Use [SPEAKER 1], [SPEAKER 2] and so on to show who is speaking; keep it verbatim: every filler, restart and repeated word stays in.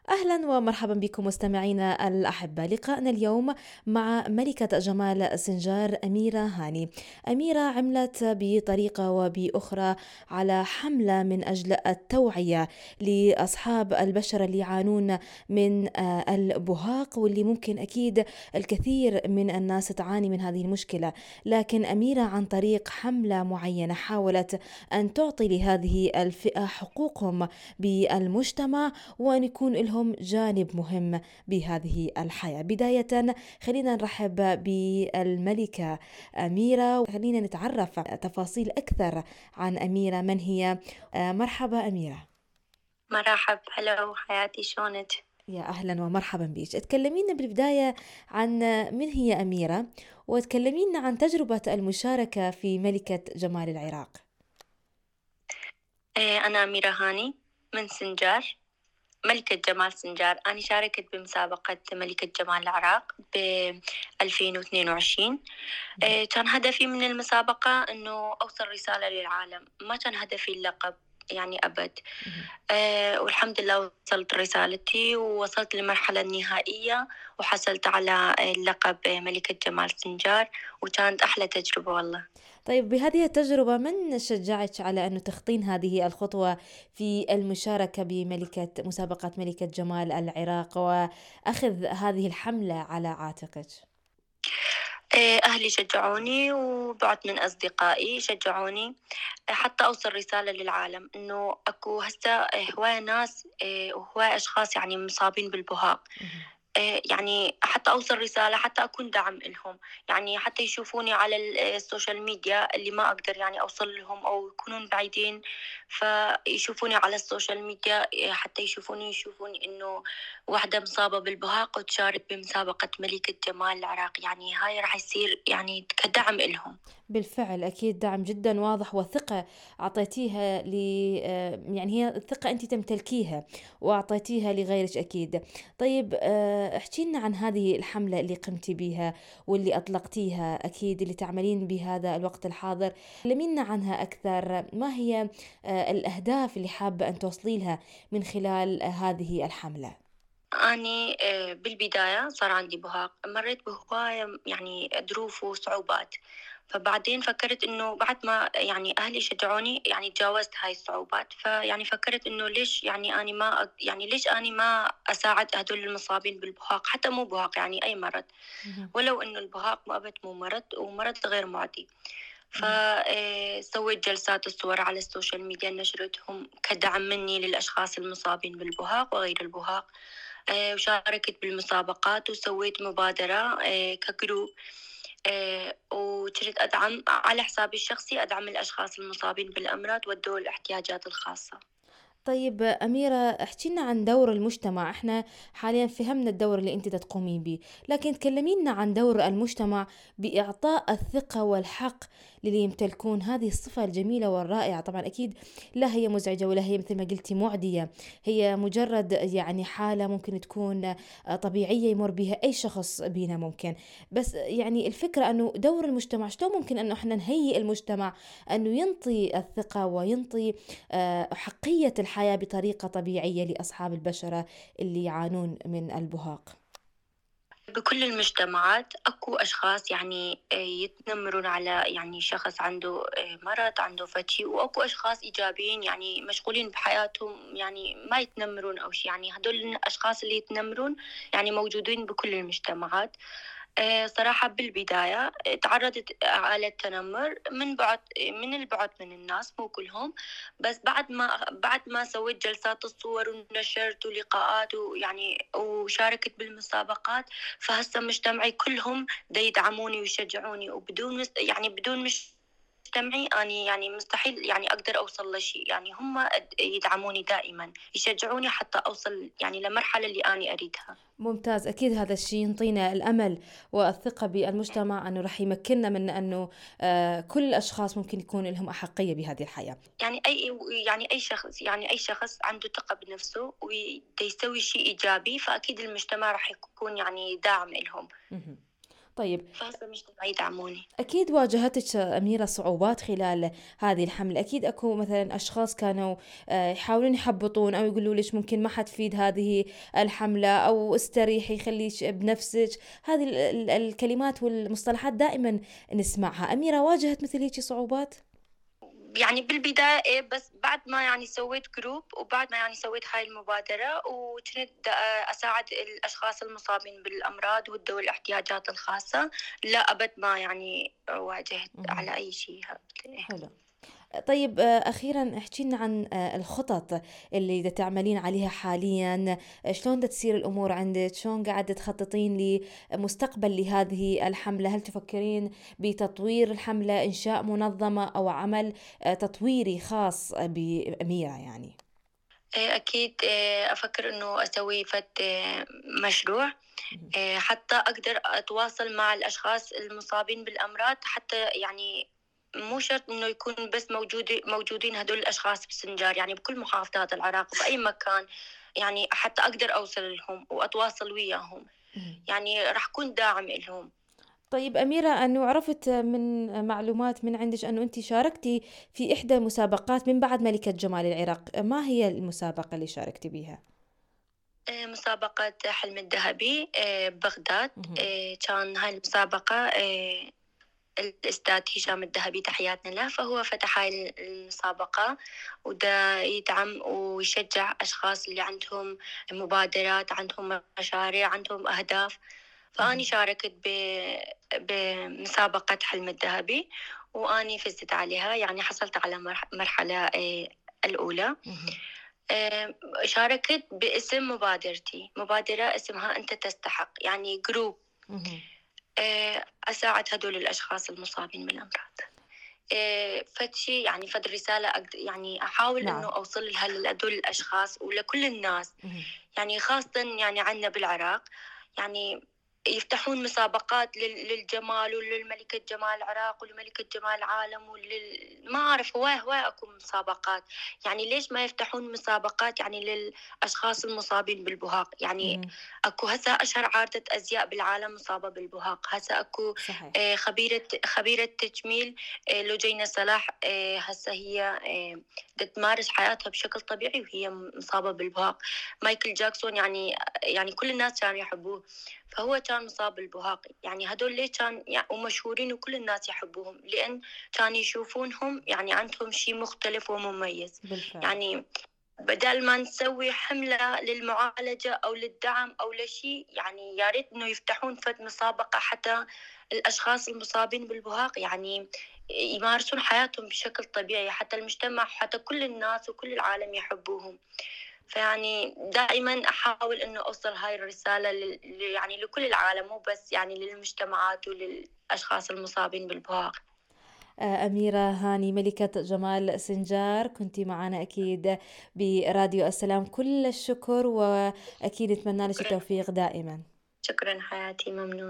[SPEAKER 1] أهلا ومرحبا بكم مستمعينا الأحبة. لقاءنا اليوم مع ملكة جمال سنجار أميرة هاني. أميرة عملت بطريقة وبأخرى على حملة من أجل التوعية لأصحاب البشرة اللي يعانون من آه، البهاق، واللي ممكن أكيد الكثير من الناس تعاني من هذه المشكلة، لكن أميرة عن طريق حملة معينة حاولت أن تعطي لهذه الفئة حقوقهم بالمجتمع، وأن يكون لهم جانب مهم بهذه الحياة. بداية خلينا نرحب بالملكة أميرة، وخلينا نتعرف تفاصيل أكثر عن أميرة. من هي؟ آه، مرحبا أميرة.
[SPEAKER 2] مرحب، هلو حياتي، شلونك؟
[SPEAKER 1] يا أهلا ومرحبا بيش. تكلمينا بالبداية عن من هي أميرة، وتكلمينا عن تجربة المشاركة في ملكة جمال العراق.
[SPEAKER 2] إيه، أنا أميرة هاني من سنجار، ملكة جمال سنجار. أنا شاركت بمسابقة ملكة جمال العراق ب ألفين واثنين وعشرين. إيه، كان هدفي من المسابقة إنه أوصل رسالة للعالم، ما كان هدفي اللقب يعني أبد.
[SPEAKER 1] مهم.
[SPEAKER 2] أه والحمد لله وصلت رسالتي ووصلت للمرحلة النهائية وحصلت على اللقب ملكة جمال سنجار، وكانت أحلى تجربة والله.
[SPEAKER 1] طيب، بهذه التجربة من شجعك على أن تخطين هذه الخطوة في المشاركة بملكة مسابقة ملكة جمال العراق وأخذ هذه الحملة على عاتقك؟
[SPEAKER 2] إيه، أهلي شجعوني وبعض من أصدقائي شجعوني حتى أوصل رسالة للعالم إنه أكو هسه هواية ناس، إيه، وهواية أشخاص يعني مصابين بالبهاق.
[SPEAKER 1] مهم.
[SPEAKER 2] إيه، يعني حتى أوصل رسالة، حتى أكون دعم لهم، يعني حتى يشوفوني على ال- السوشيال ميديا اللي ما أقدر يعني أوصل لهم أو يكونون بعيدين، فيشوفوني على السوشيال ميديا، إيه، حتى يشوفوني يشوفوني إنه واحدة مصابة بالبهاق وتشارك بمسابقة ملكة جمال العراق. يعني هاي راح يصير يعني كدعم لهم.
[SPEAKER 1] بالفعل أكيد دعم جدا واضح، وثقة أعطيتيها ل آه، يعني هي الثقة أنت تمتلكيها وأعطيتيها لغيرك أكيد. طيب، آه، احكي لنا عن هذه الحملة اللي قمتي بها واللي أطلقتيها، أكيد اللي تعملين بهذا الوقت الحاضر. كلمينا عنها أكثر. ما هي آه، الأهداف اللي حابة أن توصلي لها من خلال آه، هذه الحملة؟
[SPEAKER 2] أني آه، بالبداية صار عندي بهاق، مريت بهواية يعني ظروف وصعوبات. فبعدين فكرت إنه بعد ما يعني أهلي شجعوني يعني تجاوزت هاي الصعوبات، فيعني فكرت إنه ليش يعني أني ما أق- يعني ليش أني ما أساعد هدول المصابين بالبهاق، حتى مو بهاق يعني أي مرض،
[SPEAKER 1] مهم.
[SPEAKER 2] ولو إنه البهاق ما أبد مو مرض ومرض غير معدي.
[SPEAKER 1] مهم.
[SPEAKER 2] فسويت جلسات الصور على السوشيال ميديا، نشرتهم كدعم مني للأشخاص المصابين بالبهاق وغير البهاق. آه، وشاركت بالمسابقات وسويت مبادرة آه، كجروب، آه، وكنت أدعم على حسابي الشخصي، أدعم الأشخاص المصابين بالأمراض وذوي الاحتياجات الخاصة.
[SPEAKER 1] طيب أميرة، احكي لنا عن دور المجتمع. احنا حاليا فهمنا الدور اللي انت تقومين به، لكن تكلمينا عن دور المجتمع بإعطاء الثقة والحق للي يمتلكون هذه الصفة الجميلة والرائعة. طبعا أكيد لا هي مزعجة ولا هي مثل ما قلتي معدية، هي مجرد يعني حالة ممكن تكون آه، طبيعية يمر بها أي شخص بينا ممكن. بس يعني الفكرة أنه دور المجتمع شلون ممكن أنه احنا نهيئ المجتمع أنه ينطي الثقة وينطي آه، حقية الحياة بطريقة طبيعية لأصحاب البشرة اللي يعانون من البهاق.
[SPEAKER 2] بكل المجتمعات أكو أشخاص يعني آه، يتنمرون على يعني شخص عنده آه، مرض، عنده فتي، وأكو أشخاص إيجابيين يعني مشغولين بحياتهم، يعني ما يتنمرون أو شيء. يعني هدول الأشخاص اللي يتنمرون يعني موجودين بكل المجتمعات. آه، صراحة بالبداية آه، تعرضت على التنمر من بعض من البعض من الناس، مو كلهم. بس بعد ما بعد ما سويت جلسات الصور ونشرت لقاءات ويعني وشاركت بالمسابقات، فهسه مجتمعي كلهم دا يدعموني ويشجعوني، وبدون مس- يعني بدون مش مجتمعي أني يعني مستحيل يعني أقدر أوصل لشيء. يعني هم يدعموني دائما، يشجعوني حتى أوصل يعني لمرحلة اللي أنا أريدها.
[SPEAKER 1] ممتاز. أكيد هذا الشيء ينطينا الأمل والثقة بالمجتمع أنه رح يمكننا من أنه آه، كل الأشخاص ممكن يكون لهم أحقية بهذه الحياة.
[SPEAKER 2] يعني أي يعني أي شخص يعني أي شخص عنده ثقة بنفسه ويسوي شيء إيجابي، فأكيد المجتمع راح يكون يعني داعم لهم.
[SPEAKER 1] مهم. طيب،
[SPEAKER 2] خاصة المجتمع يدعموني.
[SPEAKER 1] أكيد واجهتِك أميرة صعوبات خلال هذه الحملة، أكيد أكو مثلًا أشخاص كانوا آآ يحاولون يحبطون أو يقولوا لِش ممكن ما حتفيد هذه الحملة أو استريحي خليكِ بنفسِك، هذه ال ال الكلمات والمصطلحات دائمًا نسمعها، أميرة واجهت مثل هيجِ صعوبات؟
[SPEAKER 2] يعني بالبداية إيه، بس بعد ما يعني سويت جروب وبعد ما يعني سويت هاي المبادرة وكنت دا- أساعد الأشخاص المصابين بالأمراض وذوي الاحتياجات الخاصة، لا أبد ما يعني واجهت
[SPEAKER 1] اهم،
[SPEAKER 2] على أي شيء.
[SPEAKER 1] حلو. طيب، آآ أخيرًا احكي لنا عن آآ الخطط اللي دا تعملين عليها حاليًا، آه، شلون دا تصير الأمور عندِك؟ شلون قاعدة تخططين لمستقبل لهذه الحملة؟ هل تفكرين بتطوير الحملة، إنشاء منظمة أو عمل آآ تطويري خاص بأميرة يعني؟
[SPEAKER 2] إيه أكيد، إيه أفكر إنه أسوي فد إيه مشروع،
[SPEAKER 1] اهم،
[SPEAKER 2] إيه حتى أقدر أتواصل مع الأشخاص المصابين بالأمراض، حتى يعني مو شرط إنه يكون بس موجود موجودين هدول الأشخاص بسنجار، يعني بكل محافظات العراق وبأي مكان، يعني حتى أقدر أوصل لهم وأتواصل وياهم،
[SPEAKER 1] اهم.
[SPEAKER 2] يعني راح أكون داعم لهم.
[SPEAKER 1] طيب أميرة، أنه عرفت من معلومات من عندِك أنه أنتِ شاركتِ في إحدى المسابقات من بعد ملكة جمال العراق، ما هي المسابقة اللي شاركتِ بيها؟
[SPEAKER 2] إيه مسابقة حلم الذهبي إيه ببغداد.
[SPEAKER 1] اهم،
[SPEAKER 2] إيه كان هاي المسابقة إيه الأستاذ هشام الذهبي تحياتنا له، فهو فتح هاي المسابقة ودا يدعم ويشجع أشخاص اللي عندهم مبادرات، عندهم مشاريع، عندهم أهداف. فأني
[SPEAKER 1] اهم،
[SPEAKER 2] شاركت ب... بمسابقة حلم الذهبي وأني فزت عليها، يعني حصلت على مرح- مرحلة آه، الأولى.
[SPEAKER 1] اهم.
[SPEAKER 2] آه، شاركت باسم مبادرتي، مبادرة اسمها أنت تستحق، يعني جروب
[SPEAKER 1] اهم،
[SPEAKER 2] آه، أساعد هدول الأشخاص المصابين بالأمراض. آه، فد شي يعني فد رسالة أقد- يعني أحاول إنه
[SPEAKER 1] نعم،
[SPEAKER 2] أوصل لها لهدول الأشخاص ولكل الناس،
[SPEAKER 1] اهم،
[SPEAKER 2] يعني خاصة يعني عندنا بالعراق، يعني يفتحون مسابقات لل- للجمال وللملكة جمال العراق ولملكة جمال العالم ولل ما أعرف هواي هواي أكو مسابقات، يعني ليش ما يفتحون مسابقات يعني للأشخاص المصابين بالبهاق؟ يعني
[SPEAKER 1] اهم،
[SPEAKER 2] أكو هسه أشهر عارضة أزياء بالعالم مصابة بالبهاق، هسه أكو
[SPEAKER 1] صحيح،
[SPEAKER 2] آه، خبيرة خبيرة تجميل آه، لجينة صلاح، آه، هسه هي آه، تمارس حياتها بشكل طبيعي وهي مصابة بالبهاق. مايكل جاكسون يعني يعني كل الناس كانوا يحبوه، فهو كان مصاب بالبهاق، يعني هدول ليه كان يعني ومشهورين وكل الناس يحبوهم لأن كانوا يشوفونهم يعني عندهم شيء مختلف ومميز.
[SPEAKER 1] بالفعل.
[SPEAKER 2] يعني بدل ما نسوي حملة للمعالجة أو للدعم أو لشيء، يعني يا ريت إنه يفتحون فد مسابقة حتى الأشخاص المصابين بالبهاق يعني يمارسون حياتهم بشكل طبيعي، حتى المجتمع حتى كل الناس وكل العالم يحبوهم. فيعني دائما أحاول إنه أوصل هاي الرسالة لل... يعني لكل العالم، مو بس يعني للمجتمعات وللأشخاص المصابين بالبهاق.
[SPEAKER 1] آآ أميرة هاني ملكة جمال سنجار، كنتِ معنا أكيد براديو السلام، كل الشكر وأكيد نتمنى لِك
[SPEAKER 2] شكرا،
[SPEAKER 1] التوفيق دائمًا.
[SPEAKER 2] شكرا حياتي، ممنون.